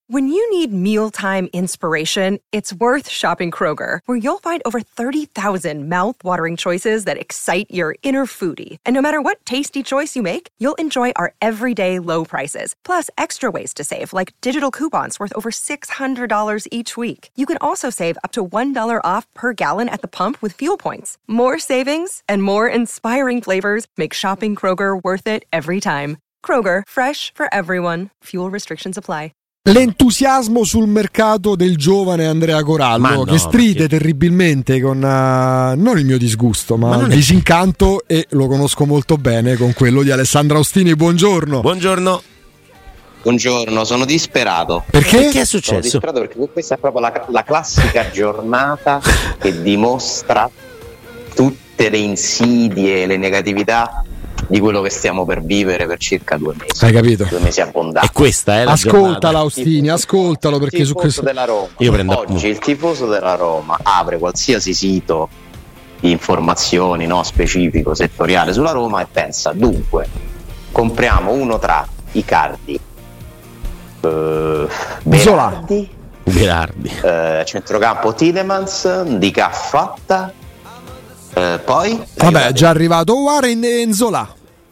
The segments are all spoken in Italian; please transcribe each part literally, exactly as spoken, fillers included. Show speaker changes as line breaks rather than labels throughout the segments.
When you need mealtime inspiration, it's worth shopping Kroger, where you'll find over thirty thousand mouth-watering choices that excite your inner foodie. And no matter what tasty choice you make, you'll enjoy our everyday low prices, plus extra ways to save, like digital coupons worth over six hundred dollars each week. You can also save up to one dollar off per gallon at the pump with fuel points. More savings and more inspiring flavors make shopping Kroger worth it every time. Kroger, fresh for everyone. Fuel restrictions apply.
L'entusiasmo sul mercato del giovane Andrea Corallo, no, che stride perché... terribilmente con uh, non il mio disgusto, ma, ma il disincanto, è... e lo conosco molto bene, con quello di Alessandro Austini. Buongiorno.
Buongiorno.
Buongiorno, sono disperato.
Perché?
Che è successo?
Sono disperato perché questa è proprio la, la classica giornata che dimostra tutte le insidie, le negatività di quello che stiamo per vivere per circa due mesi.
Hai capito?
Due mesi abbondanti.
E questa è la
Ascoltalo Austini, ascoltalo, perché su questo
della Roma.
Io prendo
Oggi il tifoso della Roma apre qualsiasi sito di informazioni, no, specifico, settoriale sulla Roma e pensa: dunque, compriamo uno tra Icardi, eh, Berardi,
Berardi.
Eh, centrocampo Tielemans, Di Ca fatta. Eh, poi
vabbè, è già arrivato Warren e Enzola.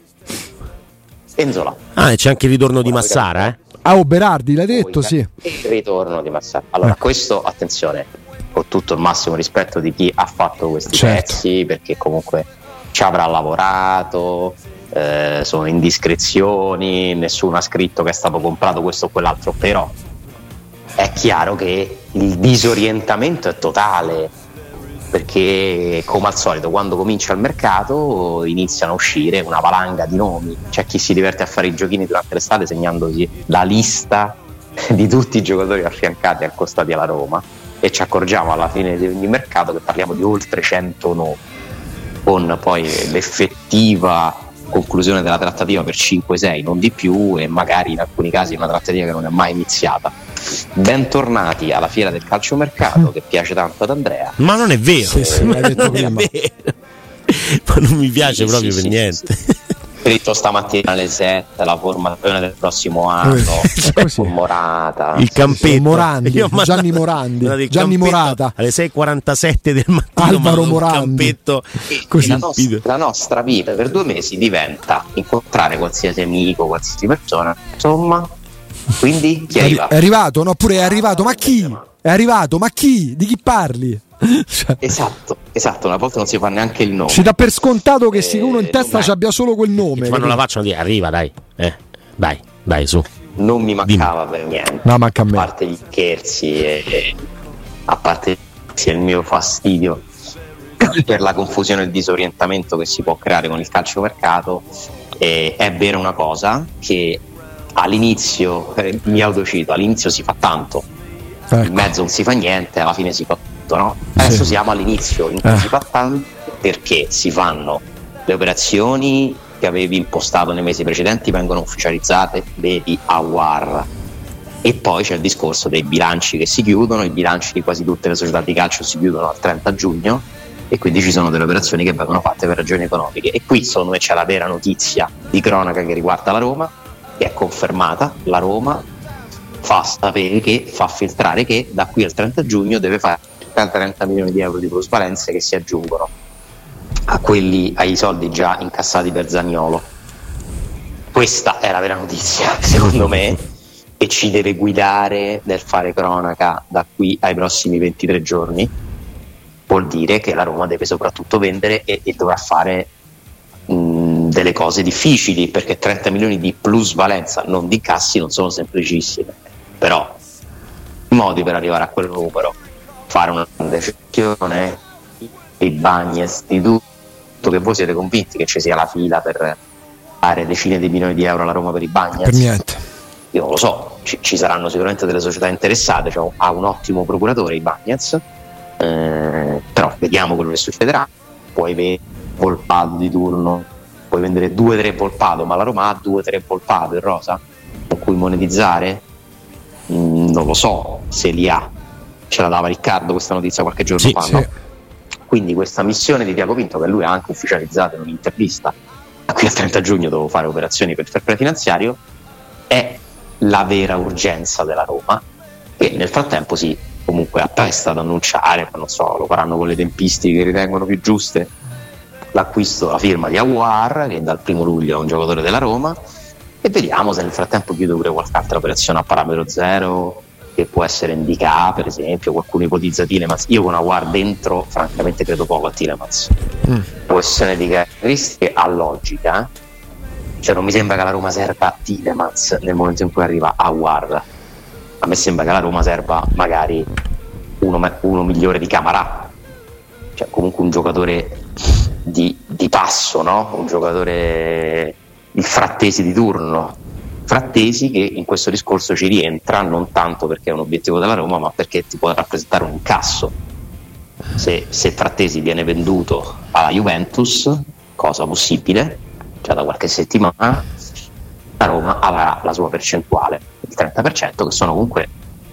Enzola.
Ah, e c'è anche il ritorno di Massara, eh?
Ah, oh, Berardi, l'hai detto, sì.
Il ritorno di Massara. Allora,
ecco.
Questo, attenzione, con tutto il massimo rispetto di chi ha fatto questi
certo.
pezzi, perché comunque ci avrà lavorato, eh, sono indiscrezioni, nessuno ha scritto che è stato comprato questo o quell'altro, però è chiaro che il disorientamento è totale. Perché come al solito quando comincia il mercato iniziano a uscire una valanga di nomi, c'è chi si diverte a fare i giochini durante l'estate segnandosi la lista di tutti i giocatori affiancati e accostati alla Roma, e ci accorgiamo alla fine di ogni mercato che parliamo di oltre cento nomi, con poi l'effettiva conclusione della trattativa per cinque sei, non di più, e magari in alcuni casi una trattativa che non è mai iniziata. Bentornati alla fiera del calciomercato che piace tanto ad Andrea.
Ma non è vero,
sì, sì,
non è vero. Ma non mi piace sì, proprio sì, per sì, niente.
Sì. Scritto stamattina alle sette la formazione del prossimo anno con Morata,
il campetto
Morandi, Gianni Morandi, Gianni Morata
alle sei e quarantasette del mattino.
Alvaro Morandi.
Campetto
così. La nostra, la nostra vita per due mesi diventa incontrare qualsiasi amico, qualsiasi persona, insomma. Quindi chi è arrivato?
È arrivato, no? Oppure è arrivato, ma chi? È arrivato, ma chi? Di chi parli?
Cioè, esatto, esatto, una volta non si fa neanche il nome.
Si dà per scontato che eh, uno in testa ci
mai...
abbia solo quel nome.
Ma non la facciano dire, arriva, dai. Eh, dai, dai, su.
Non mi mancava Dimmi. per niente.
No, manca a me.
A parte gli scherzi e, e a parte il mio fastidio per la confusione e il disorientamento che si può creare con il calciomercato, eh, è vera una cosa che all'inizio, eh, mi autocito, all'inizio si fa tanto, ecco. In mezzo non si fa niente, alla fine si fa tutto, no? Adesso sì. Siamo all'inizio in cui eh. si fa tanto perché si fanno le operazioni che avevi impostato nei mesi precedenti, vengono ufficializzate, vedi Aouar, e poi c'è il discorso dei bilanci che si chiudono, i bilanci di quasi tutte le società di calcio si chiudono al trenta giugno e quindi ci sono delle operazioni che vengono fatte per ragioni economiche, e qui secondo me c'è la vera notizia di cronaca che riguarda la Roma, che è confermata. La Roma fa sapere che, fa filtrare che da qui al trenta giugno deve fare trenta milioni di euro di plusvalenze che si aggiungono a quelli, ai soldi già incassati per Zaniolo. Questa è la vera notizia, secondo me, e ci deve guidare nel fare cronaca da qui ai prossimi ventitré giorni. Vuol dire che la Roma deve soprattutto vendere e, e dovrà fare mh, delle cose difficili, perché trenta milioni di plusvalenza, non di incassi, non sono semplicissime, però i modi per arrivare a quel numero: fare una grande gestione, i Bagnez, di tutto, che voi siete convinti che ci sia la fila per dare decine di milioni di euro alla Roma per i Bagnez?
Per niente.
Io non lo so, ci, ci saranno sicuramente delle società interessate, cioè, ha un ottimo procuratore i Bagnez, eh, però vediamo quello che succederà. Puoi vendere Volpato di turno, puoi vendere due tre Volpato, ma la Roma ha due tre Volpato in rosa con cui monetizzare? Mm, non lo so se li ha. Ce la dava Riccardo questa notizia qualche giorno
sì,
fa,
sì.
No? Quindi questa missione di Tiago Pinto, che lui ha anche ufficializzato in un'intervista, qui al trenta giugno devo fare operazioni per il fair play finanziario, è la vera urgenza della Roma, che nel frattempo si comunque appresta ad annunciare, non so, lo faranno con le tempistiche che ritengono più giuste, l'acquisto, la firma di Aouar, che dal primo luglio è un giocatore della Roma, e vediamo se nel frattempo chiude pure qualche altra operazione a parametro zero, che può essere Ndicà per esempio, qualcuno ipotizza Tielemans. Io con Aouar dentro francamente credo poco a Tielemans. Mm. Questione di caratteristiche a logica, cioè non mi sembra che la Roma serva Tielemans nel momento in cui arriva Aouar. A me sembra che la Roma serva magari uno, uno migliore di Camarà, cioè comunque un giocatore di, di passo, no? Un giocatore, il Frattesi di turno. Frattesi che in questo discorso ci rientra non tanto perché è un obiettivo della Roma, ma perché ti può rappresentare un incasso. Se, se Frattesi viene venduto alla Juventus, cosa possibile, già da qualche settimana, la Roma avrà la sua percentuale, il trenta per cento, che sono comunque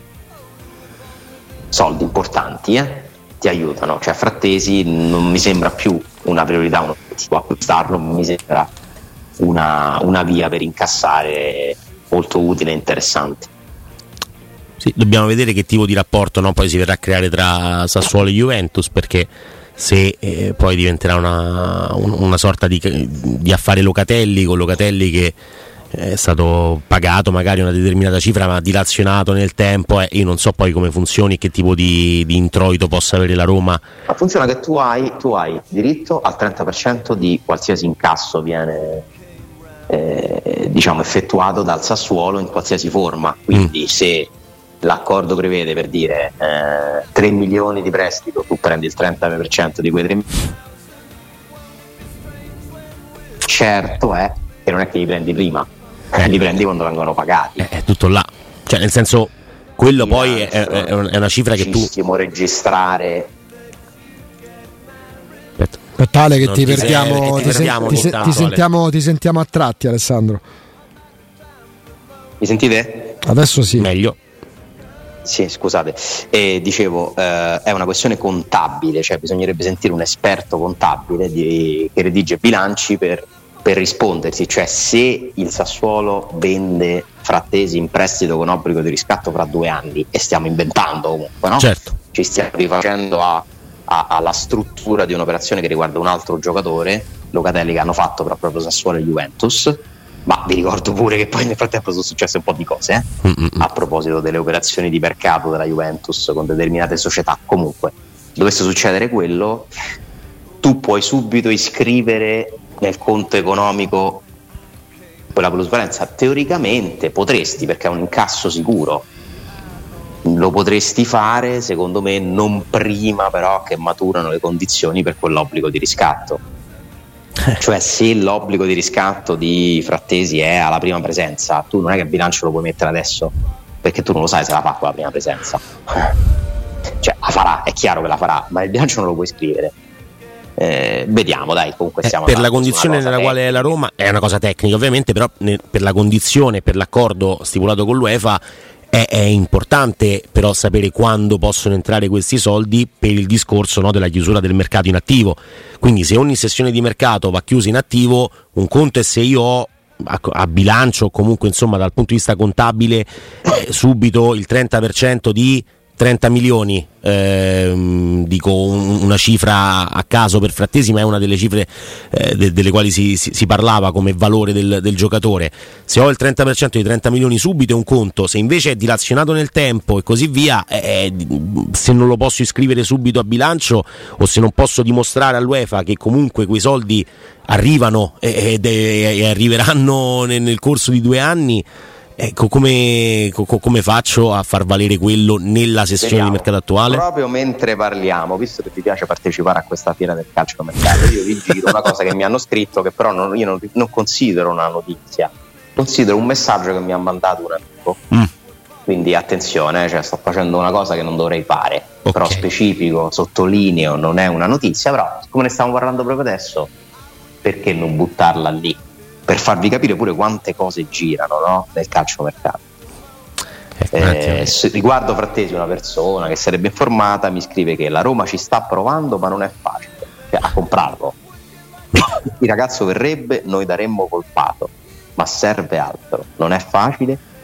soldi importanti, eh? Ti aiutano. Cioè Frattesi non mi sembra più una priorità, uno si può acquistarlo, mi sembra una, una via per incassare molto utile e interessante.
Sì, dobbiamo vedere che tipo di rapporto, no, poi si verrà a creare tra Sassuolo e Juventus, perché se eh, poi diventerà una, una sorta di, di affare Locatelli, con Locatelli che è stato pagato magari una determinata cifra ma dilazionato nel tempo, eh, io non so poi come funzioni e che tipo di, di introito possa avere la Roma.
Ma funziona che tu hai, tu hai diritto al trenta per cento di qualsiasi incasso viene eh, diciamo effettuato dal Sassuolo in qualsiasi forma, quindi mm. se l'accordo prevede, per dire, eh, tre milioni di prestito, tu prendi il trenta per cento di quei tre milioni. Certo è che non è che li prendi prima, eh. li prendi quando vengono pagati.
È, è tutto là, cioè nel senso, quello poi è, è, è una cifra che tu
registrare.
È tale che ti, ti, perdiamo, ti, perdiamo, ti, se, ti, sentiamo, ti sentiamo a tratti, Alessandro.
Mi sentite?
Adesso sì.
Meglio.
Sì, scusate, eh, dicevo, eh, è una questione contabile, cioè bisognerebbe sentire un esperto contabile di, che redige bilanci per, per rispondersi, cioè se il Sassuolo vende Frattesi in prestito con obbligo di riscatto fra due anni, e stiamo inventando comunque, no?
Certo.
Ci stiamo rifacendo a, a, alla struttura di un'operazione che riguarda un altro giocatore, Locatelli, che hanno fatto però proprio Sassuolo e Juventus. Ma vi ricordo pure che poi nel frattempo sono successe un po' di cose, eh? A proposito delle operazioni di mercato della Juventus con determinate società. Comunque, dovesse succedere quello, tu puoi subito iscrivere nel conto economico quella plusvalenza. Teoricamente potresti, perché è un incasso sicuro, lo potresti fare, secondo me, non prima però che maturano le condizioni per quell'obbligo di riscatto. Cioè se l'obbligo di riscatto di Frattesi è alla prima presenza, tu non è che il bilancio lo puoi mettere adesso, perché tu non lo sai se la fa con la prima presenza. Cioè la farà, è chiaro che la farà, ma il bilancio non lo puoi scrivere. Eh, vediamo, dai, comunque stiamo
eh, per la condizione nella tecnica. Quale è la Roma è una cosa tecnica ovviamente, però ne, per la condizione, per l'accordo stipulato con l'UEFA è, è importante però sapere quando possono entrare questi soldi, per il discorso, no, della chiusura del mercato in attivo. Quindi se ogni sessione di mercato va chiusa in attivo, un conto è se io ho a, a bilancio o comunque insomma dal punto di vista contabile eh, subito il trenta per cento di trenta milioni, ehm, dico un, una cifra a caso per Frattesi, ma è una delle cifre eh, de, delle quali si, si, si parlava come valore del, del giocatore. Se ho il trenta per cento di trenta milioni subito è un conto, se invece è dilazionato nel tempo e così via, eh, se non lo posso iscrivere subito a bilancio o se non posso dimostrare all'UEFA che comunque quei soldi arrivano ed, e, e arriveranno nel, nel corso di due anni, ecco, come, co, come faccio a far valere quello nella sessione Vediamo, di mercato attuale?
Proprio mentre parliamo, visto che ti piace partecipare a questa fiera del calcio mercato, io vi giro una cosa che mi hanno scritto, che però non, io non, non considero una notizia, considero un messaggio che mi ha mandato un amico. Mm. Quindi attenzione, cioè sto facendo una cosa che non dovrei fare, okay. Però specifico, sottolineo, non è una notizia, però siccome ne stiamo parlando proprio adesso, perché non buttarla lì? Per farvi capire pure quante cose girano, no? Nel calcio mercato. Eh, riguardo Frattesi, una persona che sarebbe informata mi scrive che la Roma ci sta provando ma non è facile, cioè, a comprarlo. Il ragazzo verrebbe, noi daremmo col pato, ma serve altro, non è facile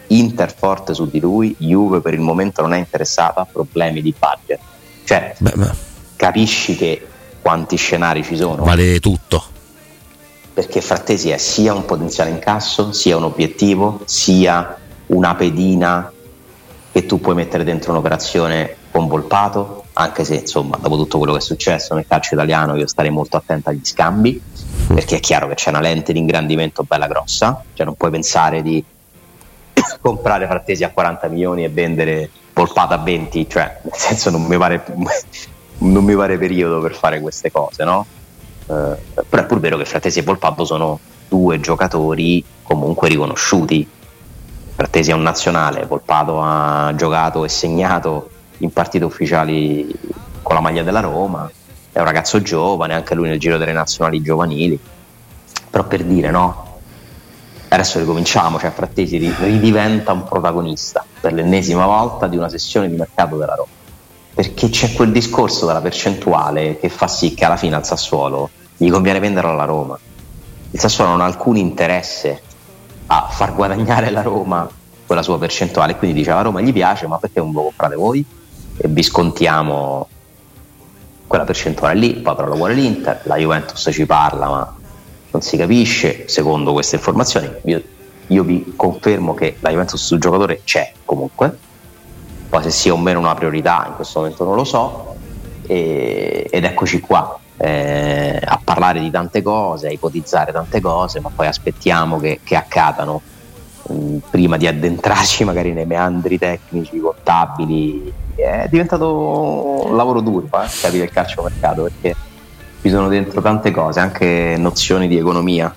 Inter forte su di lui, Juve per il momento non è interessata, problemi di budget. Cioè, Beh, ma... capisci che quanti scenari ci sono?
Vale tutto.
Perché Frattesi è sia un potenziale incasso, sia un obiettivo, sia una pedina che tu puoi mettere dentro un'operazione con Volpato, anche se insomma dopo tutto quello che è successo nel calcio italiano io starei molto attento agli scambi, perché è chiaro che c'è una lente di ingrandimento bella grossa, cioè non puoi pensare di comprare Frattesi a quaranta milioni e vendere Volpato a venti, cioè nel senso non mi pare non mi pare periodo per fare queste cose, no? Uh, però è pur vero che Frattesi e Volpato sono due giocatori comunque riconosciuti. Frattesi è un nazionale, Volpato ha giocato e segnato in partite ufficiali con la maglia della Roma, è un ragazzo giovane, anche lui nel giro delle nazionali giovanili, però per dire, no, adesso ricominciamo, cioè Frattesi ridiventa un protagonista per l'ennesima volta di una sessione di mercato della Roma, perché c'è quel discorso della percentuale che fa sì che alla fine al Sassuolo gli conviene venderlo alla Roma. Il Sassuolo non ha alcun interesse a far guadagnare la Roma quella sua percentuale, quindi dice alla Roma gli piace, ma perché non lo comprate voi e vi scontiamo quella percentuale lì, poi però lo vuole l'Inter, la Juventus ci parla ma non si capisce secondo queste informazioni. Io, io vi confermo che la Juventus sul giocatore c'è comunque, poi se sia o meno una priorità in questo momento non lo so, e, ed eccoci qua eh, a parlare di tante cose, a ipotizzare tante cose, ma poi aspettiamo che, che accadano mh, prima di addentrarci magari nei meandri tecnici, contabili. È diventato un lavoro duro eh, capire il calciomercato, perché ci sono dentro tante cose, anche nozioni di economia,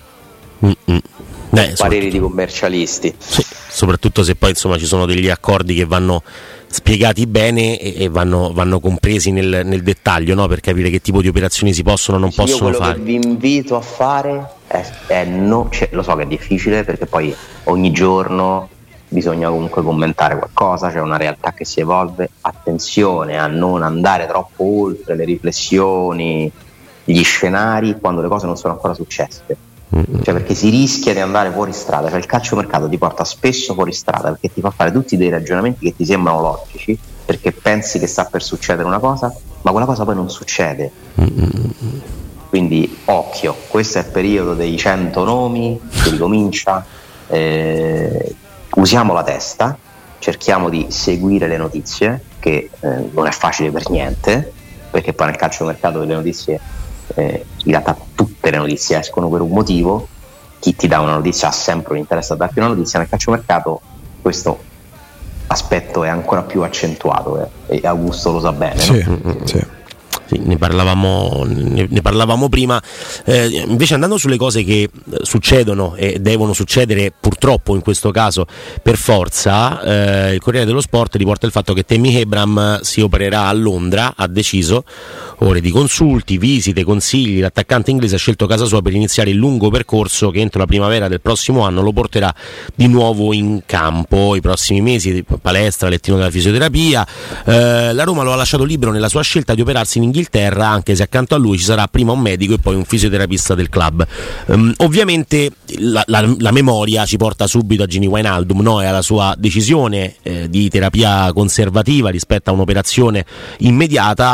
Beh,
pareri di commercialisti,
sì, soprattutto se poi insomma ci sono degli accordi che vanno spiegati bene e, e vanno, vanno compresi nel, nel dettaglio, no? Per capire che tipo di operazioni si possono o non
sì,
possono
io quello
fare.
Che vi invito a fare è, è no, cioè, lo so che è difficile perché poi ogni giorno bisogna comunque commentare qualcosa, c'è una realtà che si evolve, attenzione a non andare troppo oltre le riflessioni, gli scenari quando le cose non sono ancora successe, mm-hmm. cioè perché si rischia di andare fuori strada, cioè il calciomercato ti porta spesso fuori strada perché ti fa fare tutti dei ragionamenti che ti sembrano logici perché pensi che sta per succedere una cosa, ma quella cosa poi non succede, mm-hmm. quindi occhio, questo è il periodo dei cento nomi che ricomincia, eh, usiamo la testa, cerchiamo di seguire le notizie, che eh, non è facile per niente, perché poi nel calciomercato delle notizie, eh, in realtà tutte le notizie escono per un motivo, chi ti dà una notizia ha sempre un interesse a darti una notizia, nel calciomercato questo aspetto è ancora più accentuato eh, e Augusto lo sa bene,
sì,
no?
Sì.
Sì, ne parlavamo, ne, ne parlavamo prima, eh, invece andando sulle cose che succedono e devono succedere purtroppo in questo caso per forza, eh, il Corriere dello Sport riporta il fatto che Tammy Abraham si opererà a Londra, ha deciso, ore di consulti, visite, consigli, l'attaccante inglese ha scelto casa sua per iniziare il lungo percorso che entro la primavera del prossimo anno lo porterà di nuovo in campo, i prossimi mesi, palestra, lettino della fisioterapia, eh, la Roma lo ha lasciato libero nella sua scelta di operarsi in Inghilterra, anche se accanto a lui ci sarà prima un medico e poi un fisioterapista del club. Um, ovviamente la, la, la memoria ci porta subito a Gini Wijnaldum, no? E alla sua decisione eh, di terapia conservativa rispetto a un'operazione immediata,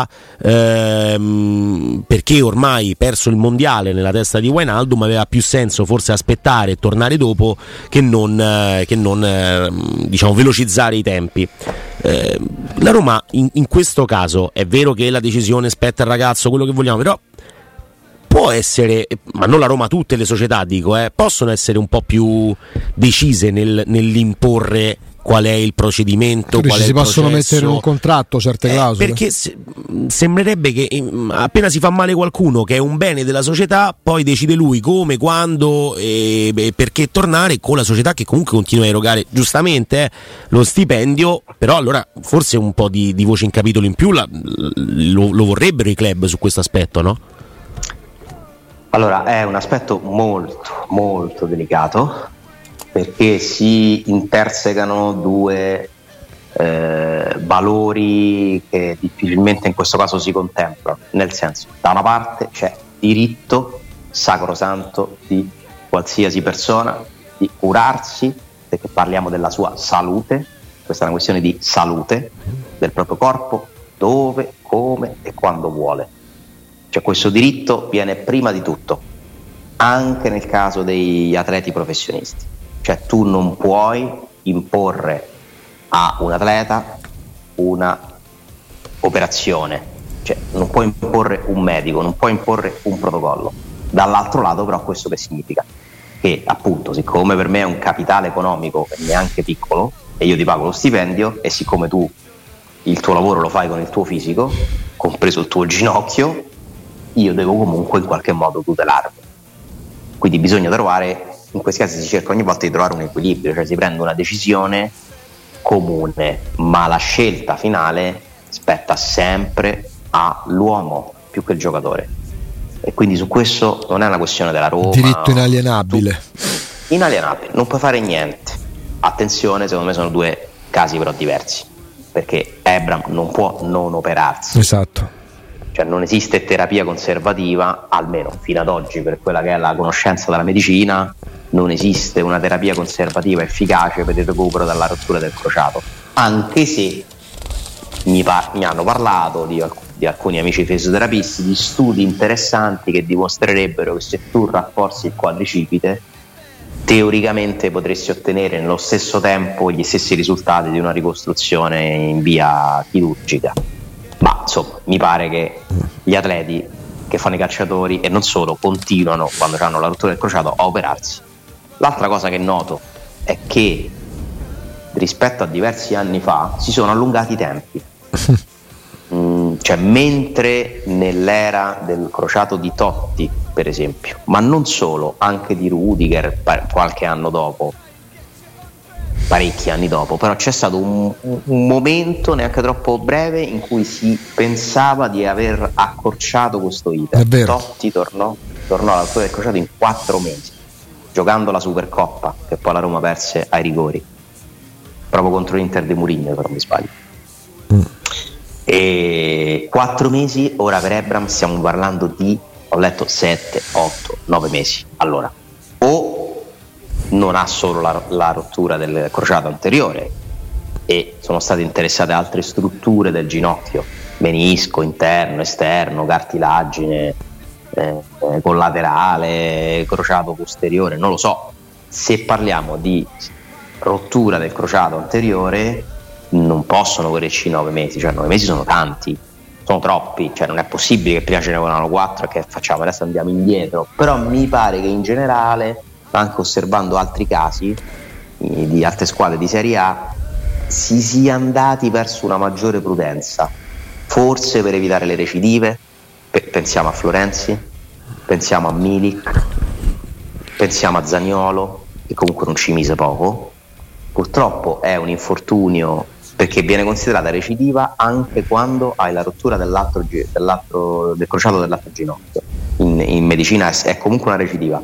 ehm, perché ormai perso il mondiale nella testa di Wijnaldum aveva più senso forse aspettare e tornare dopo che non, eh, che non eh, diciamo velocizzare i tempi. Eh, la Roma in, in questo caso è vero che la decisione spetta al ragazzo, quello che vogliamo, però può essere, ma non la Roma, tutte le società dico, eh, possono essere un po' più decise nel, nell'imporre qual è il procedimento, qual è
si
il
possono
processo.
Mettere in un contratto certe clausole,
eh, perché se, sembrerebbe che eh, appena si fa male qualcuno che è un bene della società, poi decide lui come, quando e eh, perché tornare con la società che comunque continua a erogare giustamente eh, lo stipendio, però allora forse un po' di, di voce in capitolo in più la, lo, lo vorrebbero i club su questo aspetto, no?
Allora è un aspetto molto molto delicato, perché si intersecano due eh, valori che difficilmente in questo caso si contemplano, nel senso, da una parte c'è diritto sacrosanto di qualsiasi persona di curarsi perché parliamo della sua salute, questa è una questione di salute del proprio corpo, dove, come e quando vuole. Cioè questo diritto viene prima di tutto, anche nel caso degli atleti professionisti. Cioè tu non puoi imporre a un atleta una operazione, cioè non puoi imporre un medico, non puoi imporre un protocollo. Dall'altro lato però questo che significa? Che appunto siccome per me è un capitale economico neanche piccolo e io ti pago lo stipendio, e siccome tu il tuo lavoro lo fai con il tuo fisico, compreso il tuo ginocchio, io devo comunque in qualche modo tutelarmi. Quindi bisogna trovare, in questi casi si cerca ogni volta di trovare un equilibrio, cioè si prende una decisione comune, ma la scelta finale spetta sempre all'uomo più che il giocatore. E quindi su questo non è una questione della Roma.
Diritto inalienabile.
Tu, inalienabile, non puoi fare niente. Attenzione, secondo me sono due casi però diversi, perché Ebram non può non operarsi.
Esatto.
Cioè non esiste terapia conservativa, almeno fino ad oggi, per quella che è la conoscenza della medicina, non esiste una terapia conservativa efficace per il recupero dalla rottura del crociato, anche se mi, par- mi hanno parlato di, alc- di alcuni amici fisioterapisti di studi interessanti che dimostrerebbero che se tu rafforzi il quadricipite teoricamente potresti ottenere nello stesso tempo gli stessi risultati di una ricostruzione in via chirurgica. Ma insomma, mi pare che gli atleti che fanno i calciatori, e non solo, continuano quando hanno la rottura del crociato a operarsi. L'altra cosa che noto è che rispetto a diversi anni fa si sono allungati i tempi. mm, cioè mentre nell'era del crociato di Totti, per esempio, ma non solo, anche di Rudiger qualche anno dopo, parecchi anni dopo, però c'è stato un, un momento neanche troppo breve in cui si pensava di aver accorciato questo iter. Totti tornò, tornò alla rottura del crociato in quattro mesi, giocando la Supercoppa che poi la Roma perse ai rigori, proprio contro l'Inter di Mourinho, se non mi sbaglio. Mm. E quattro mesi, ora per Ebram stiamo parlando di, ho letto, sette, otto, nove mesi. Allora, o non ha solo la, la rottura del crociato anteriore e sono state interessate altre strutture del ginocchio, menisco, interno, esterno, cartilagine, eh, eh, collaterale, crociato posteriore, non lo so. Se parliamo di rottura del crociato anteriore non possono correrci nove mesi, cioè nove mesi sono tanti, sono troppi, cioè non è possibile che prima ce ne volano quattro e che facciamo adesso andiamo indietro. Però mi pare che in generale, anche osservando altri casi di altre squadre di Serie A, si sia andati verso una maggiore prudenza, forse per evitare le recidive. Pensiamo a Florenzi, pensiamo a Milik, pensiamo a Zaniolo, che comunque non ci mise poco. Purtroppo è un infortunio perché viene considerata recidiva anche quando hai la rottura dell'altro, dell'altro del crociato dell'altro ginocchio. In, in medicina è, è comunque una recidiva.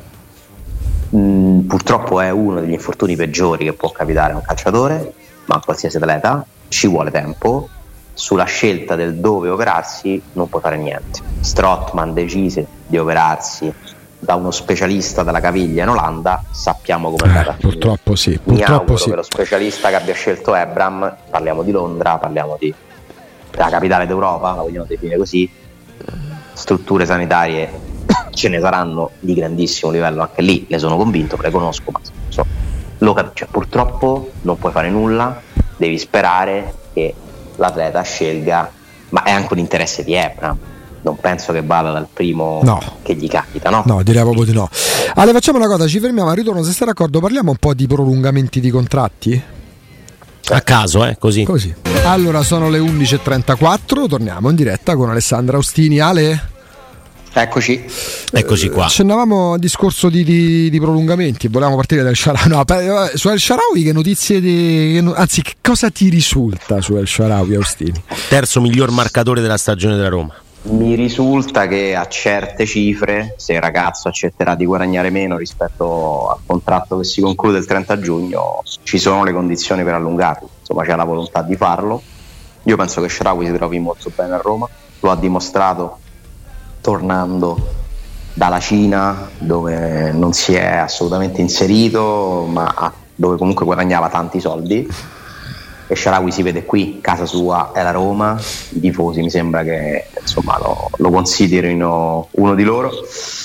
Mm, purtroppo è uno degli infortuni peggiori che può capitare a un calciatore, ma a qualsiasi atleta. Ci vuole tempo. Sulla scelta del dove operarsi non può fare niente. Strootman decise di operarsi da uno specialista della caviglia in Olanda, sappiamo come è andata.
Eh, purtroppo sì,
Mi
purtroppo
auguro
sì.
che lo specialista che abbia scelto Ebram, parliamo di Londra, parliamo di della capitale d'Europa, la vogliamo definire così, strutture sanitarie ce ne saranno di grandissimo livello anche lì, ne sono convinto, le conosco, ma so, lo cap- cioè, purtroppo non puoi fare nulla, devi sperare che l'atleta scelga, ma è anche un interesse di Ebram. Non penso che vada dal primo
no.
che gli capita, no?
No, direi proprio di no. Ale, facciamo una cosa, ci fermiamo al ritorno, se stai d'accordo, parliamo un po' di prolungamenti di contratti?
A caso, eh, così.
Così. Allora, sono le undici e trentaquattro, torniamo in diretta con Alessandra Austini. Ale?
Eccoci.
Eccoci qua.
Accennavamo al discorso di, di, di prolungamenti, volevamo partire dal Shaarawy. No, per, su El Shaarawy che notizie di, che, anzi, che cosa ti risulta su El Shaarawy, Austini?
Terzo miglior marcatore della stagione della Roma.
Mi risulta che a certe cifre, se il ragazzo accetterà di guadagnare meno rispetto al contratto che si conclude il trenta giugno, ci sono le condizioni per allungarlo. Insomma, c'è la volontà di farlo. Io penso che Shaarawy si trovi molto bene a Roma, lo ha dimostrato tornando dalla Cina, dove non si è assolutamente inserito, ma ha dove comunque guadagnava tanti soldi. E Shaarawy si vede qui, casa sua è la Roma, i tifosi mi sembra che insomma lo, lo considerino uno di loro,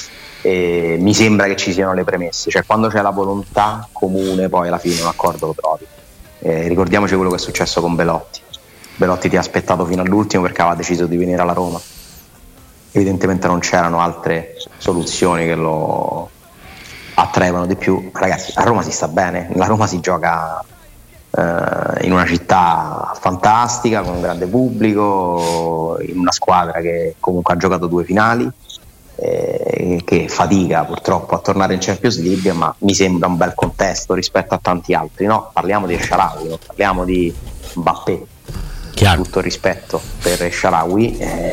e mi sembra che ci siano le premesse, cioè quando c'è la volontà comune poi alla fine un accordo lo trovi. Eh, ricordiamoci quello che è successo con Belotti. Belotti ti ha aspettato fino all'ultimo perché aveva deciso di venire alla Roma, evidentemente non c'erano altre soluzioni che lo attraevano di più. Ragazzi, a Roma si sta bene, la Roma si gioca in una città fantastica con un grande pubblico, in una squadra che comunque ha giocato due finali, eh, che fatica purtroppo a tornare in Champions League, ma mi sembra un bel contesto rispetto a tanti altri, no? Parliamo di Shaarawy, no? Parliamo di Mbappé,
chiaro.
Tutto rispetto per Shaarawy, eh,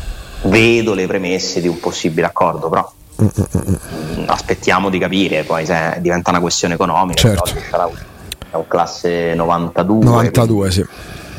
vedo le premesse di un possibile accordo, però mm, aspettiamo di capire, poi se diventa una questione economica.
Certo.
È un classe novantadue
novantadue, sì.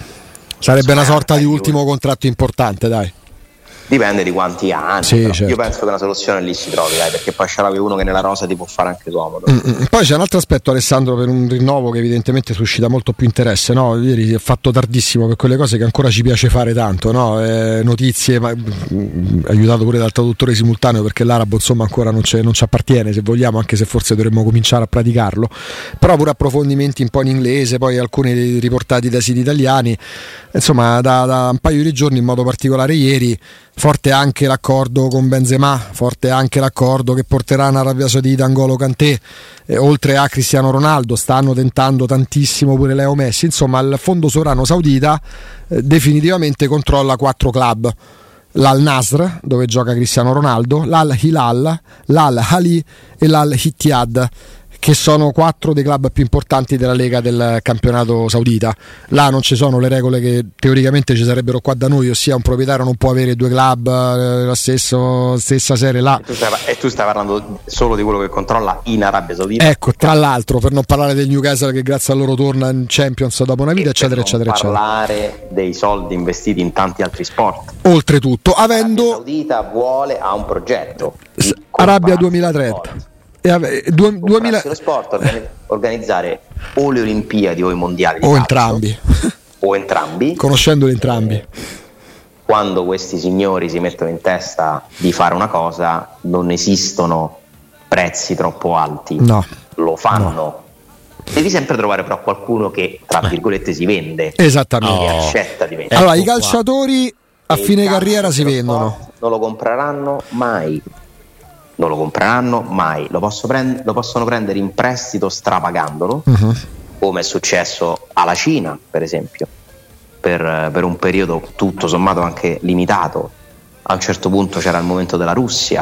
Sarebbe una sorta di ultimo contratto importante, dai.
Dipende di quanti anni,
sì, certo.
Io penso che una soluzione lì si trovi, dai, perché poi Shaarawy è uno che nella rosa ti può fare anche comodo.
Mm-mm. Poi c'è un altro aspetto, Alessandro, per un rinnovo che evidentemente suscita molto più interesse, no? Ieri è fatto tardissimo per quelle cose che ancora ci piace fare tanto, no? Eh, notizie, ma, mh, aiutato pure dal traduttore simultaneo, perché l'arabo insomma ancora non, non ci appartiene, se vogliamo, anche se forse dovremmo cominciare a praticarlo, però pure approfondimenti un po' in inglese, poi alcuni riportati da siti italiani, insomma da, da un paio di giorni, in modo particolare ieri. Forte anche l'accordo con Benzema, forte anche l'accordo che porterà in Arabia Saudita N'Golo Kanté, eh, oltre a Cristiano Ronaldo. Stanno tentando tantissimo pure Leo Messi. Insomma, il fondo sovrano saudita eh, definitivamente controlla quattro club: l'Al Nasr, dove gioca Cristiano Ronaldo, l'Al Hilal, l'Al Ahly e l'Al Ittihad, che sono quattro dei club più importanti della Lega del campionato saudita. Là non ci sono le regole che teoricamente ci sarebbero qua da noi, ossia un proprietario non può avere due club, eh, la stesso, stessa serie là.
E tu, stai, e tu stai parlando solo di quello che controlla in Arabia Saudita?
Ecco, tra l'altro, per non parlare del Newcastle che grazie a loro torna in Champions dopo una vita, eccetera, eccetera, eccetera.
Per non parlare dei soldi investiti in tanti altri sport.
Oltretutto, avendo...
L'Arabia Saudita vuole, ha un progetto.
Arabia duemilatrenta. E ave, du, duemila...
lo sport, organizzare o le Olimpiadi o i mondiali
o entrambi
o entrambi
conoscendoli entrambi.
Quando questi signori si mettono in testa di fare una cosa, non esistono prezzi troppo alti,
no,
lo fanno,
no.
Devi sempre trovare però qualcuno che tra virgolette si vende,
esattamente,
che accetta di vendere.
Allora, ecco, i calciatori qua. A e fine carriera si vendono,
non lo compreranno mai. Non lo compreranno mai, lo, posso prend- lo possono prendere in prestito strapagandolo, uh-huh. come è successo alla Cina, per esempio, per, per un periodo tutto sommato anche limitato. A un certo punto c'era il momento della Russia,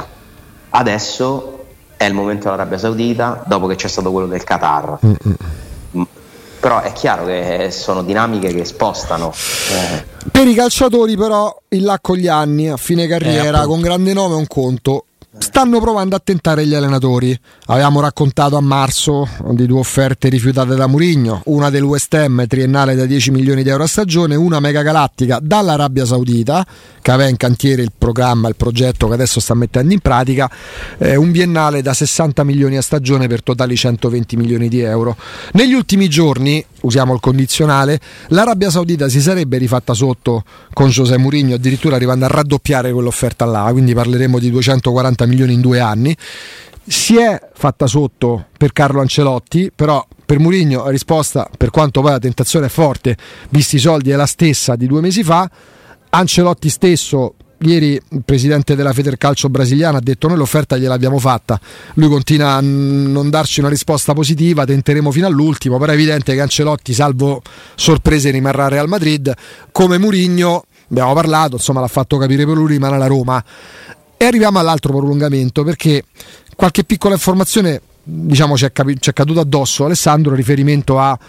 adesso è il momento dell'Arabia Saudita, dopo che c'è stato quello del Qatar. Uh-huh. Però è chiaro che sono dinamiche che spostano. Eh.
Per i calciatori però, il là con gli anni, a fine carriera, eh, con grande nome un conto. Stanno provando a tentare gli allenatori. Avevamo raccontato a marzo di due offerte rifiutate da Mourinho, una del West Ham triennale da dieci milioni di euro a stagione, una mega galattica dall'Arabia Saudita che aveva in cantiere il programma, il progetto che adesso sta mettendo in pratica, eh, un biennale da sessanta milioni a stagione per totali centoventi milioni di euro. Negli ultimi giorni, usiamo il condizionale, l'Arabia Saudita si sarebbe rifatta sotto con José Mourinho, addirittura arrivando a raddoppiare quell'offerta là, quindi parleremo di duecentoquaranta milioni in due anni. Si è fatta sotto per Carlo Ancelotti, però per Mourinho la risposta, per quanto poi la tentazione è forte visti i soldi, è la stessa di due mesi fa. Ancelotti stesso ieri, il presidente della Federcalcio brasiliana, ha detto: noi l'offerta gliel'abbiamo fatta. Lui continua a non darci una risposta positiva, tenteremo fino all'ultimo, però è evidente che Ancelotti, salvo sorprese, rimarrà al Real Madrid. Come Mourinho, abbiamo parlato, insomma l'ha fatto capire per lui, rimane alla Roma. E arriviamo all'altro prolungamento, perché qualche piccola informazione, diciamo, ci è, capi- ci è caduta addosso, Alessandro, riferimento a,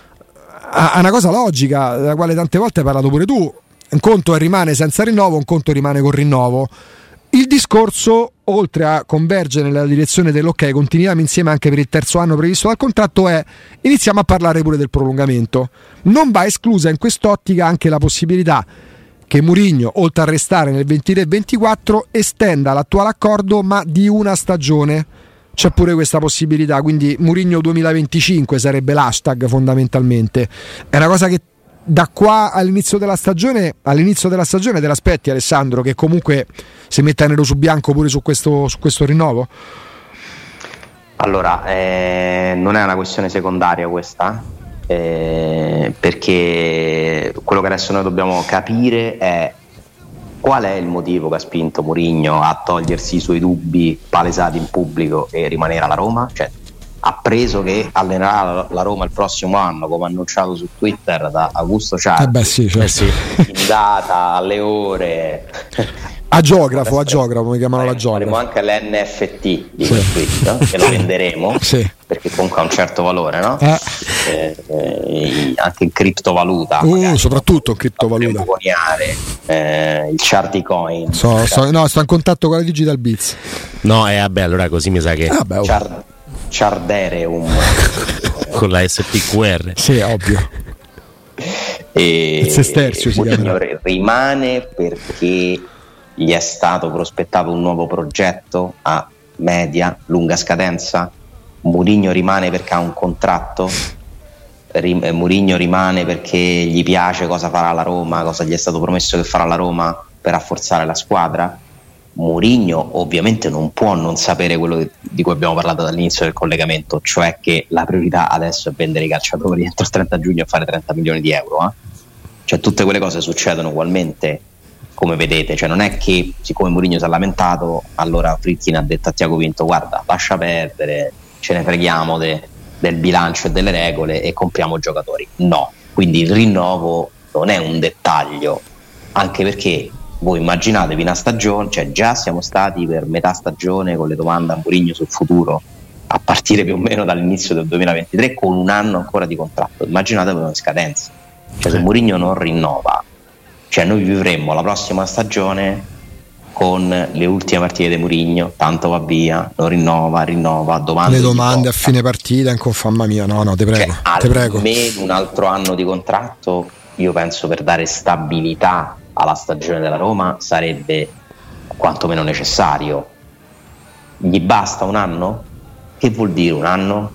a, a una cosa logica, della quale tante volte hai parlato pure tu. Un conto è rimane senza rinnovo, un conto rimane con rinnovo. Il discorso, oltre a convergere nella direzione dell'ok, continuiamo insieme anche per il terzo anno previsto dal contratto, è iniziamo a parlare pure del prolungamento. Non va esclusa in quest'ottica anche la possibilità che Mourinho, oltre a restare nel ventitré ventiquattro, estenda l'attuale accordo ma di una stagione, c'è pure questa possibilità, quindi Mourinho duemilaventicinque sarebbe l'hashtag fondamentalmente. È una cosa che da qua all'inizio della stagione all'inizio della stagione te l'aspetti, Alessandro, che comunque si metta nero su bianco pure su questo, su questo rinnovo?
Allora, eh, non è una questione secondaria questa, eh, perché quello che adesso noi dobbiamo capire è qual è il motivo che ha spinto Mourinho a togliersi i suoi dubbi palesati in pubblico e rimanere alla Roma. Cioè, ha preso che allenerà la Roma il prossimo anno, come annunciato su Twitter da Augusto Ciardi,
eh beh, sì, cioè.
eh sì. in data, alle ore,
a geografo, a geografo, mi chiamano la geografo.
Faremo anche l'N F T di quel tweet, che lo venderemo,
sì.
perché comunque ha un certo valore, no?
Eh.
Eh, eh, anche in criptovaluta,
uh, soprattutto in criptovaluta,
coniare eh, il Charty Coin.
So, so, no, sto in contatto con la Digital Bits.
No, è eh, vabbè, allora così mi sa che
ah, beh, oh.
Char- Chardereum
con la S T Q R.
Sì, ovvio.
E
il sesterzio si chiama.
Rimane perché gli è stato prospettato un nuovo progetto a media, lunga scadenza. Mourinho rimane perché ha un contratto. Rim- Mourinho rimane perché gli piace cosa farà la Roma, cosa gli è stato promesso che farà la Roma per rafforzare la squadra. Mourinho ovviamente non può non sapere quello di cui abbiamo parlato dall'inizio del collegamento, cioè che la priorità adesso è vendere i calciatori entro il trenta giugno e fare trenta milioni di euro, eh? Cioè tutte quelle cose succedono ugualmente, come vedete. Cioè non è che siccome Mourinho si è lamentato allora Friedkin ha detto a Tiago Pinto guarda, lascia perdere, ce ne freghiamo de, del bilancio e delle regole e compriamo giocatori. No, quindi il rinnovo non è un dettaglio, anche perché voi immaginatevi una stagione, cioè già siamo stati per metà stagione con le domande a Mourinho sul futuro a partire più o meno dall'inizio del duemilaventitré con un anno ancora di contratto. Immaginatevi una scadenza, cioè se Mourinho non rinnova, cioè noi vivremmo la prossima stagione con le ultime partite di Mourinho, tanto va via, non rinnova, rinnova, domande
le domande a fine partita, in mamma mia, no no, te prego,
cioè,
te prego.
Almeno un altro anno di contratto, io penso, per dare stabilità alla stagione della Roma sarebbe quantomeno necessario. Gli basta un anno? Che vuol dire un anno?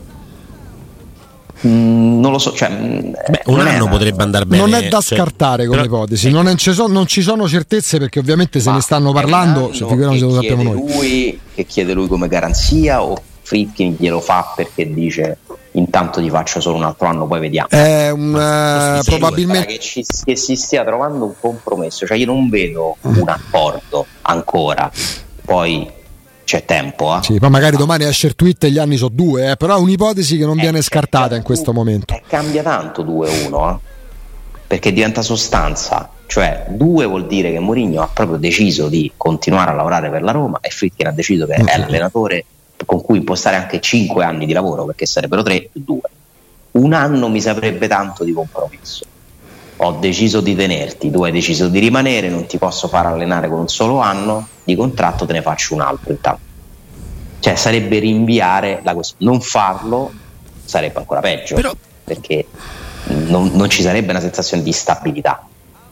Mm, non lo so, cioè,
beh, un anno
una...
potrebbe andare bene.
Non è da
cioè,
scartare come però... ipotesi, non, ci sono, non ci sono certezze perché ovviamente se
ma
ne stanno parlando, se figuriamoci lo sappiamo noi.
Lui, che chiede lui come garanzia o Friedkin glielo fa perché dice intanto ti faccio solo un altro anno poi vediamo?
È un, uh, probabilmente
che, ci, che si stia trovando un compromesso, cioè io non vedo un accordo ancora, poi c'è tempo, eh?
Sì, poi magari domani esce il tweet e gli anni sono due, eh? Però è un'ipotesi che non
eh,
viene scartata in questo
tu,
momento.
Eh, cambia tanto due uno, eh? Perché diventa sostanza, cioè due vuol dire che Mourinho ha proprio deciso di continuare a lavorare per la Roma e Friedkin ha deciso che mm-hmm. è l'allenatore con cui impostare anche cinque anni di lavoro, perché sarebbero tre più due. Un anno mi saprebbe tanto di compromesso. Ho deciso di tenerti, tu hai deciso di rimanere, non ti posso far allenare con un solo anno di contratto, te ne faccio un altro intanto. Cioè sarebbe rinviare la questione. Non farlo sarebbe ancora peggio, però, perché non, non ci sarebbe una sensazione di stabilità.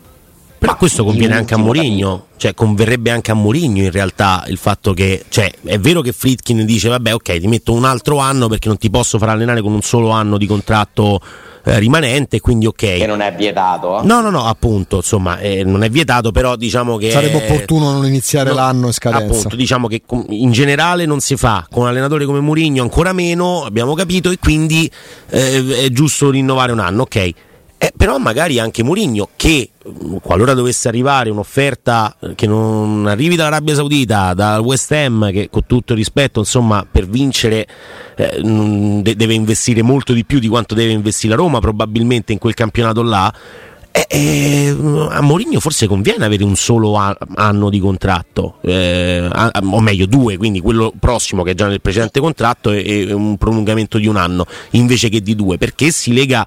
Però ma questo conviene anche a Mourinho, cioè converrebbe anche a Mourinho in realtà il fatto che, cioè è vero che Friedkin dice vabbè ok ti metto un altro anno perché non ti posso far allenare con un solo anno di contratto eh, rimanente, quindi ok.
Che non è vietato? Eh?
No no no, appunto, insomma eh, non è vietato, però diciamo che
sarebbe è, opportuno non iniziare no, l'anno in scadenza.
Appunto, diciamo che in generale non si fa, con un allenatore come Mourinho ancora meno, abbiamo capito, e quindi eh, è giusto rinnovare un anno, ok. Eh, però magari anche Mourinho, che qualora dovesse arrivare un'offerta che non arrivi dall'Arabia Saudita, dal West Ham, che con tutto il rispetto insomma per vincere eh, de- deve investire molto di più di quanto deve investire la Roma probabilmente in quel campionato là, eh, eh, a Mourinho forse conviene avere un solo a- anno di contratto, eh, a- o meglio due, quindi quello prossimo che è già nel precedente contratto e, e un prolungamento di un anno invece che di due, perché si lega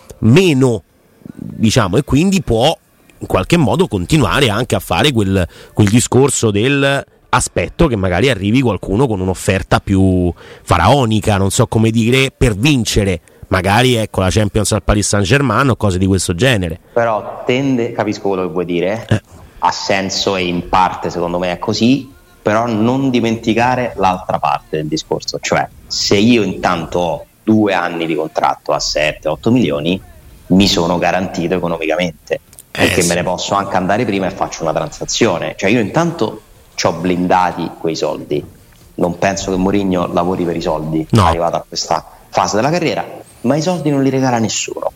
meno, diciamo, e quindi può in qualche modo continuare anche a fare quel, quel discorso del aspetto che magari arrivi qualcuno con un'offerta più faraonica, non so come dire, per vincere magari ecco la Champions al Paris Saint-Germain o cose di questo genere.
Però tende, capisco quello che vuoi dire, eh. ha senso e in parte secondo me è così, però non dimenticare l'altra parte del discorso, cioè se io intanto ho due anni di contratto a sette otto milioni, mi sono garantito economicamente, perché eh, sì. me ne posso anche andare prima e faccio una transazione, cioè io intanto c'ho blindati quei soldi, non penso che Mourinho lavori per i soldi, no. arrivato a questa fase della carriera, ma i soldi non li regala nessuno,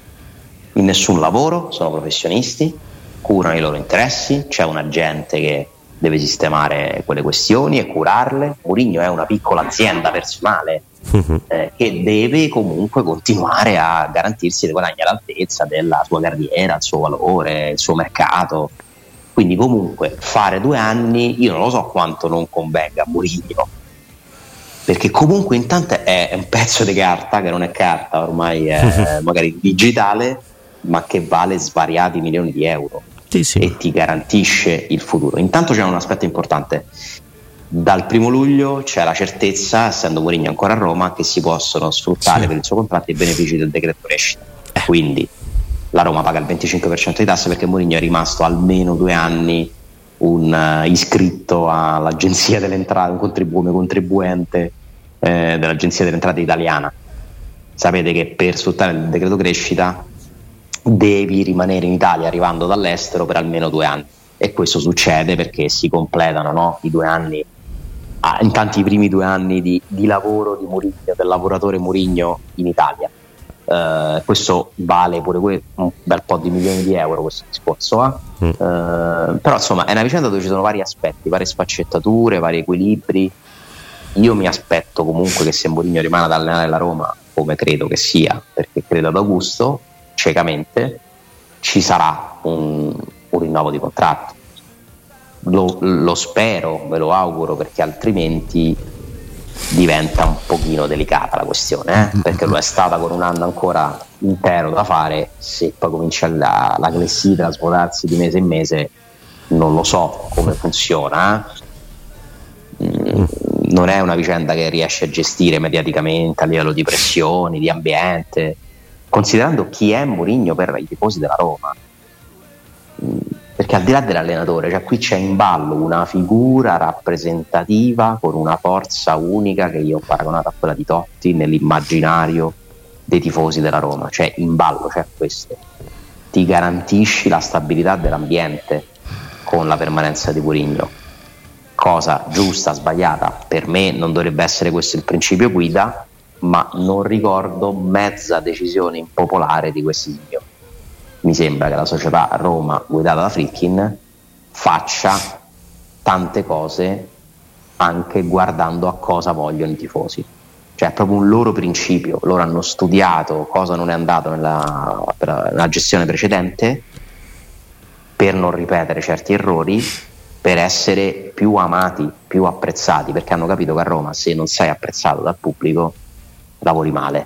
in nessun lavoro, sono professionisti, curano i loro interessi, c'è un agente che deve sistemare quelle questioni e curarle. Mourinho è una piccola azienda personale eh, che deve comunque continuare a garantirsi dei guadagni all'altezza della sua carriera, il suo valore, il suo mercato. Quindi comunque fare due anni, io non lo so quanto non convenga a Mourinho, perché comunque intanto è un pezzo di carta che non è carta, ormai è magari digitale, ma che vale svariati milioni di euro. Sì, sì. E ti garantisce il futuro. Intanto c'è un aspetto importante: dal primo luglio c'è la certezza, essendo Mourinho ancora a Roma, che si possono sfruttare sì. per il suo contratto i benefici del decreto crescita. Eh. Quindi la Roma paga il venticinque per cento di tasse perché Mourinho è rimasto almeno due anni un uh, iscritto all'agenzia delle entrate, un contribu- come contribuente eh, dell'agenzia delle entrate italiana. Sapete che per sfruttare il decreto crescita devi rimanere in Italia arrivando dall'estero per almeno due anni, e questo succede perché si completano no, i due anni, ah, intanto i primi due anni di, di lavoro di Mourinho, del lavoratore Mourinho in Italia. Uh, questo vale pure que- un bel po' di milioni di euro, questo discorso eh? mm. uh, però insomma è una vicenda dove ci sono vari aspetti, varie sfaccettature, vari equilibri. Io mi aspetto comunque che se Mourinho rimane ad allenare la Roma, come credo che sia, perché credo ad Augusto ciecamente, ci sarà un, un rinnovo di contratto. Lo, lo spero, ve lo auguro, perché altrimenti diventa un pochino delicata la questione, eh? perché lo è stata con un anno ancora intero da fare. Se poi comincia la, la clessidra a svuotarsi di mese in mese, non lo so come funziona. Mm, non è una vicenda che riesce a gestire mediaticamente a livello di pressioni, di ambiente, considerando chi è Mourinho per i tifosi della Roma, perché al di là dell'allenatore, cioè qui c'è in ballo una figura rappresentativa con una forza unica che io ho paragonato a quella di Totti nell'immaginario dei tifosi della Roma, cioè in ballo c'è questo. Ti garantisci la stabilità dell'ambiente con la permanenza di Mourinho, cosa giusta, sbagliata, per me non dovrebbe essere questo il principio guida, ma non ricordo mezza decisione impopolare di questi signori. Mi sembra che la società Roma guidata da Friedkin faccia tante cose anche guardando a cosa vogliono i tifosi, cioè è proprio un loro principio. Loro hanno studiato cosa non è andato nella, nella gestione precedente per non ripetere certi errori, per essere più amati, più apprezzati, perché hanno capito che a Roma se non sei apprezzato dal pubblico lavori male.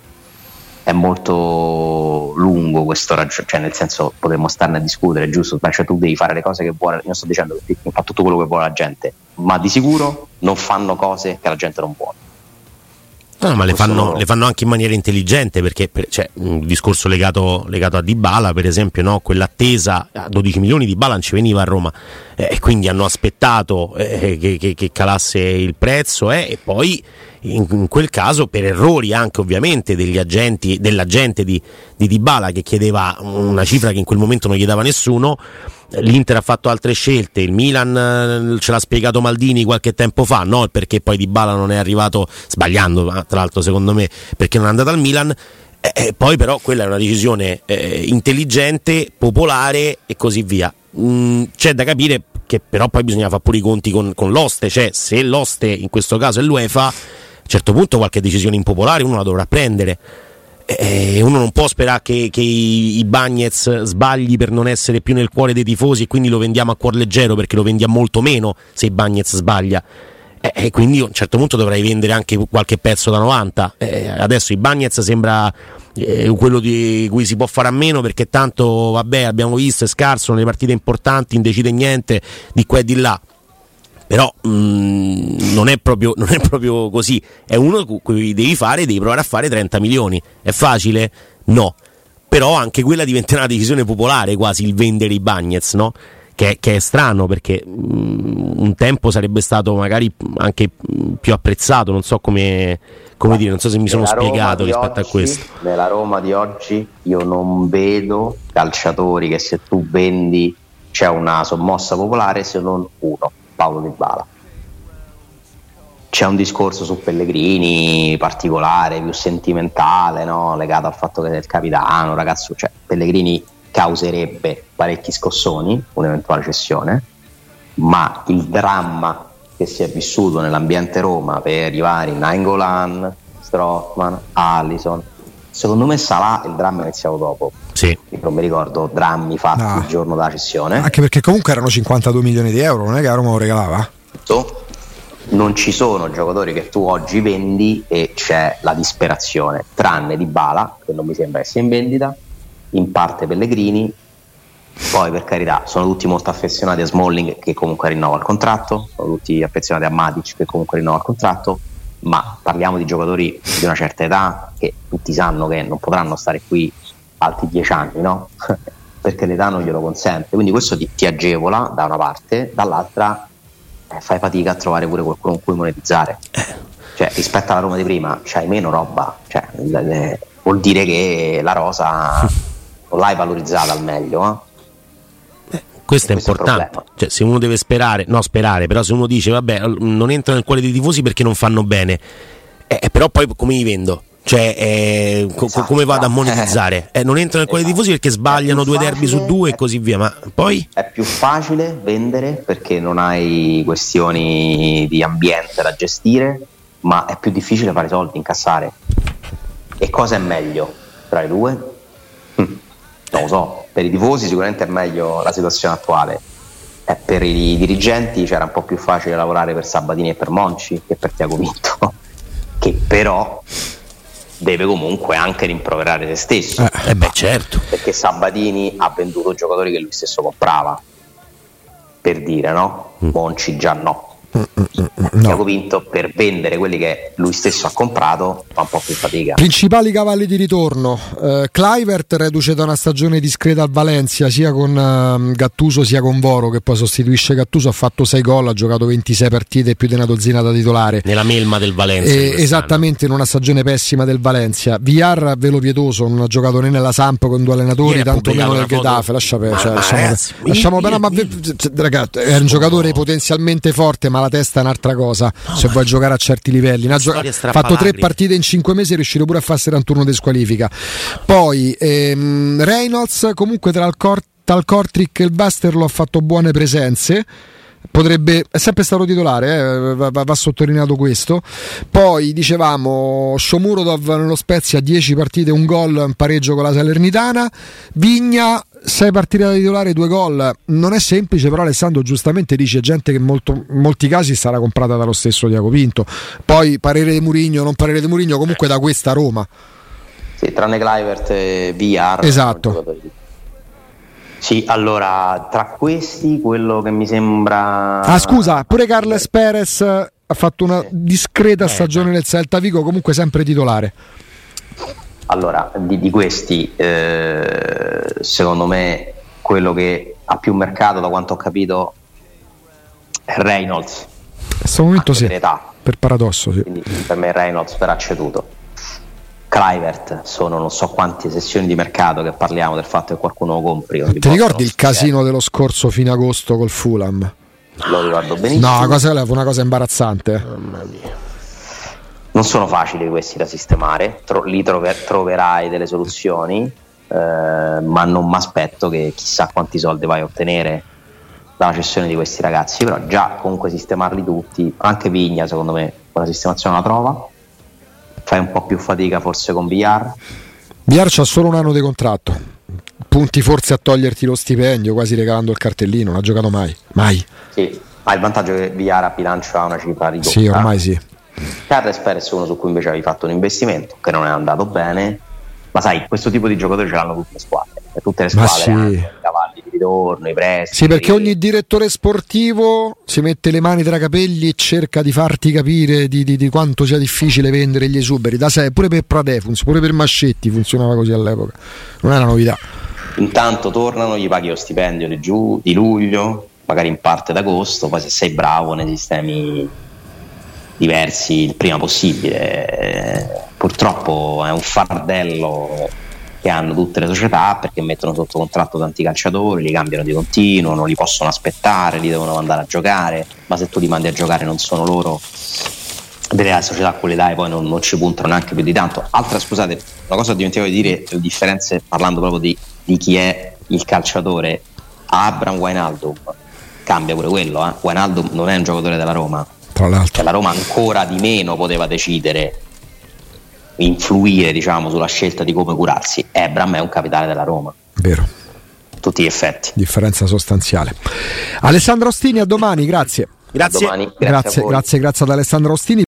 È molto lungo questo ragionamento, cioè nel senso potremmo starne a discutere, giusto? Cioè tu devi fare le cose che vuole, non sto dicendo che fa tutto quello che vuole la gente, ma di sicuro non fanno cose che la gente non vuole.
No, ma le fanno, le fanno anche in maniera intelligente, perché per, c'è un discorso legato, legato a Dybala, per esempio, no? Quell'attesa a dodici milioni di Dybala non ci veniva a Roma, e eh, quindi hanno aspettato eh, che, che, che calasse il prezzo eh, e poi in, in quel caso per errori anche ovviamente degli agenti, dell'agente di, di Dybala, che chiedeva una cifra che in quel momento non chiedeva nessuno. L'Inter ha fatto altre scelte, il Milan ce l'ha spiegato Maldini qualche tempo fa, no? Perché poi Dybala non è arrivato, sbagliando tra l'altro secondo me, perché non è andato al Milan, e poi però quella è una decisione eh, intelligente, popolare e così via. Mm, c'è da capire che però poi bisogna fare pure i conti con, con l'oste, cioè se l'oste in questo caso è l'UEFA, a un certo punto qualche decisione impopolare uno la dovrà prendere. Eh, uno non può sperare che, che i, i Bagnez sbagli per non essere più nel cuore dei tifosi e quindi lo vendiamo a cuor leggero, perché lo vendiamo molto meno se i Bagnez sbaglia, e eh, quindi a un certo punto dovrai vendere anche qualche pezzo da novanta. Eh, adesso i Bagnez sembra eh, quello di cui si può fare a meno, perché tanto vabbè, abbiamo visto, è scarso nelle partite importanti, non decide niente di qua e di là. Però mh, non è proprio non è proprio così. È uno cui devi fare, devi provare a fare trenta milioni. È facile? No. Però anche quella diventerà una decisione popolare, quasi, il vendere i Bagnez, no? che, che è strano, perché mh, un tempo sarebbe stato magari anche più apprezzato, non so come, come dire, non so se mi sono spiegato rispetto
oggi,
a questo.
Nella Roma di oggi io non vedo calciatori che, se tu vendi, c'è una sommossa popolare, se non uno, Paulo Dybala. C'è un discorso su Pellegrini particolare, più sentimentale, no? Legato al fatto che è il capitano, ragazzo, cioè Pellegrini causerebbe parecchi scossoni, un'eventuale cessione, ma il dramma che si è vissuto nell'ambiente Roma per i vari Nainggolan, Strootman, Alisson, secondo me Salah il dramma è iniziato dopo.
Sì.
Non mi ricordo drammi fatti
no.
il giorno della cessione,
anche perché comunque erano cinquantadue milioni di euro, non è che la Roma lo regalava?
Non ci sono giocatori che tu oggi vendi e c'è la disperazione, tranne Dybala, che non mi sembra che sia in vendita, in parte Pellegrini, poi per carità sono tutti molto affezionati a Smalling, che comunque rinnova il contratto, sono tutti affezionati a Matic, che comunque rinnova il contratto, ma parliamo di giocatori di una certa età che tutti sanno che non potranno stare qui altri dieci anni, no? Perché l'età non glielo consente, quindi questo ti, ti agevola da una parte, dall'altra eh, fai fatica a trovare pure qualcuno con cui monetizzare, cioè rispetto alla Roma di prima c'hai meno roba, cioè, le, le, vuol dire che la rosa non l'hai valorizzata al meglio, eh?
Eh, questo è
questo
importante,
è
cioè, se uno deve sperare, no sperare, però se uno dice vabbè non entro nel cuore dei tifosi perché non fanno bene, eh, però poi come li vendo? Cioè, eh, co-
esatto,
come vado a monetizzare? Eh, non entro nel cuore dei tifosi perché sbagliano due derby su due e così via, ma poi
è più facile vendere perché non hai questioni di ambiente da gestire, ma è più difficile fare soldi, incassare. E cosa è meglio tra i due? Hm, non lo so, per i tifosi sicuramente è meglio la situazione attuale, e per i dirigenti c'era un po' più facile lavorare per Sabatini e per Monci che per Tiago Pinto, che però deve comunque anche rimproverare se stesso,
eh, beh, certo,
perché Sabatini ha venduto giocatori che lui stesso comprava, per dire, no? Mm. Monci già no. No. Tiago Pinto per vendere quelli che lui stesso ha comprato fa un po' più fatica.
Principali cavalli di ritorno, eh, Kluivert reduce da una stagione discreta al Valencia sia con eh, Gattuso sia con Voro, che poi sostituisce Gattuso, ha fatto sei gol, ha giocato ventisei partite, più di una dozzina da titolare
nella melma del Valencia,
eh, esattamente, in una stagione pessima del Valencia. Villar velo pietoso, non ha giocato né nella Samp con due allenatori, tanto meno nel Getafe, lascia per, cioè, lasciamo, ragazzi, lasciamo bene, ma ragazzi, è un giocatore potenzialmente forte, ma la testa è un'altra cosa, no, se vuoi giocare a certi livelli. Ha gio- fatto tre partite in cinque mesi, è riuscito pure a farsi un turno di squalifica. Poi ehm, Reynolds, comunque tra il, Cor- tra il Kortrijk e il Westerlo ha fatto buone presenze, potrebbe, è sempre stato titolare, eh, va, va sottolineato questo. Poi dicevamo Shomurodov nello Spezia, dieci partite, un gol, un pareggio con la Salernitana. Vigna, sei partite da titolare, due gol. Non è semplice, però Alessandro giustamente dice gente che molto, in molti casi sarà comprata dallo stesso Tiago Pinto. Poi parere di Mourinho, non parere di Mourinho, comunque da questa Roma,
sì, tranne Kluivert e Villar,
esatto.
Sì, allora tra questi quello che mi sembra,
ah scusa, pure Carles Perez ha fatto una discreta
eh,
stagione nel Celta Vigo, comunque sempre titolare.
Allora, di, di questi eh, secondo me quello che ha più mercato, da quanto ho capito, è Reynolds.
In questo momento sì, per, per paradosso sì.
Quindi per me Reynolds verrà ceduto. Kluivert, sono non so quante sessioni di mercato che parliamo del fatto che qualcuno lo compri.
Ti ricordi il casino dello scorso fine agosto col Fulham?
Lo ricordo benissimo.
No, una cosa, fu una cosa imbarazzante.
Mamma mia.
Non sono facili questi da sistemare, Tro- lì trover- troverai delle soluzioni, eh, ma non mi aspetto che chissà quanti soldi vai a ottenere dalla cessione di questi ragazzi, però già comunque sistemarli tutti, anche Vigna secondo me una sistemazione la trova. Fai un po' più fatica forse con Villar.
Villar c'ha solo un anno di contratto, punti forse a toglierti lo stipendio, quasi regalando il cartellino, non ha giocato mai, mai.
Sì, ha il vantaggio che Villar a bilancio ha una cifra ridotta.
Sì, ormai sì.
Carles Perez è uno su cui invece avevi fatto un investimento che non è andato bene, ma sai, questo tipo di giocatori ce l'hanno tutte le squadre, e tutte le squadre
sì.
hanno i cavalli di ritorno, i prestiti.
Sì, perché ogni direttore sportivo si mette le mani tra i capelli e cerca di farti capire di, di, di quanto sia difficile vendere gli esuberi. Da sé, pure per Pradè, pure per Mascetti funzionava così all'epoca, non è una novità.
intanto tornano, gli paghi lo stipendio di, giù, di luglio, magari in parte d'agosto, poi se sei bravo nei sistemi diversi il prima possibile. Purtroppo è un fardello che hanno tutte le società, perché mettono sotto contratto tanti calciatori, li cambiano di continuo, non li possono aspettare, li devono mandare a giocare, ma se tu li mandi a giocare non sono loro, delle società a cui le dai poi non, non ci puntano neanche più di tanto. Altra, scusate, una cosa dimenticavo di dire, le differenze, parlando proprio di, di chi è il calciatore. Abraham Wijnaldum cambia pure quello, eh? Wijnaldum non è un giocatore della Roma,
tra l'altro,
cioè, la Roma ancora di meno poteva decidere, influire diciamo sulla scelta di come curarsi. Abraham è un capitale della Roma,
vero,
tutti gli effetti,
differenza sostanziale. Alessandro Ostini, a domani, grazie.
Grazie,
a domani.
Grazie, grazie, grazie, grazie ad Alessandro Ostini.